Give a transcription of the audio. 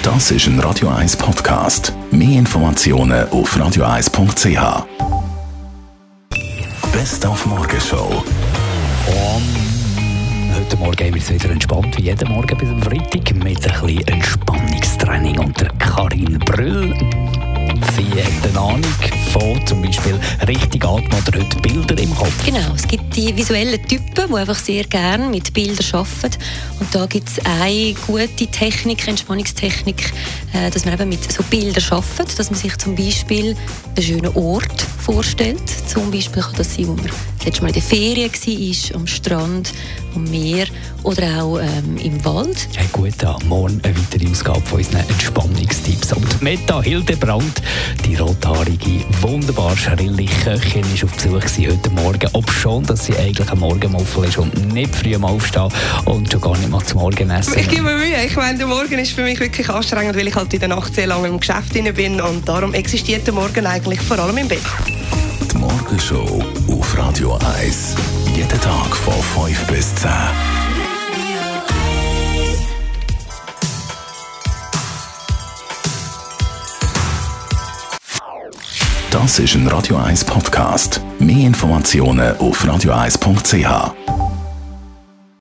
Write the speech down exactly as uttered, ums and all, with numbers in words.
Das ist ein Radio eins Podcast. Mehr Informationen auf radio eins punkt c h. Best auf Morgenshow. Um, heute Morgen haben wir es wieder entspannt, wie jeden Morgen bis am Freitag, mit ein bisschen Entspannungstraining unter Karin Brüll. Sie hat eine Ahnung von zum Beispiel richtig atmen oder heute Bilder im Kopf. Genau, es gibt die visuellen Typen, die einfach sehr gerne mit Bildern arbeiten. Und da gibt es eine gute Technik, Entspannungstechnik, dass man eben mit so Bildern arbeitet, dass man sich zum Beispiel einen schönen Ort vorstellt. Zum Beispiel kann das sein, wo man das letzte Mal in der Ferien war, am Strand, am Meer oder auch ähm, im Wald. Hey, gut, ja, morgen eine weitere Ausgabe von unseren Entspannungstipps. Und Meta Hildebrand, die rothaarige, wunderbar schrille Köchin, ist auf Besuch heute Morgen. Ob schon, dass sie eigentlich ein Morgenmuffel ist und nicht früh mal aufstehen und schon gar nicht mal zum Morgenessen. Ich gebe mir Mühe. Ich meine, der Morgen ist für mich wirklich anstrengend, weil ich halt in der Nacht sehr lange im Geschäft drin bin und darum existiert der Morgen eigentlich vor allem im Bett. Die Morgenshow auf Radio eins. Jeden Tag von fünf bis zehn. Das ist ein Radio eins Podcast. Mehr Informationen auf radio eins punkt c h.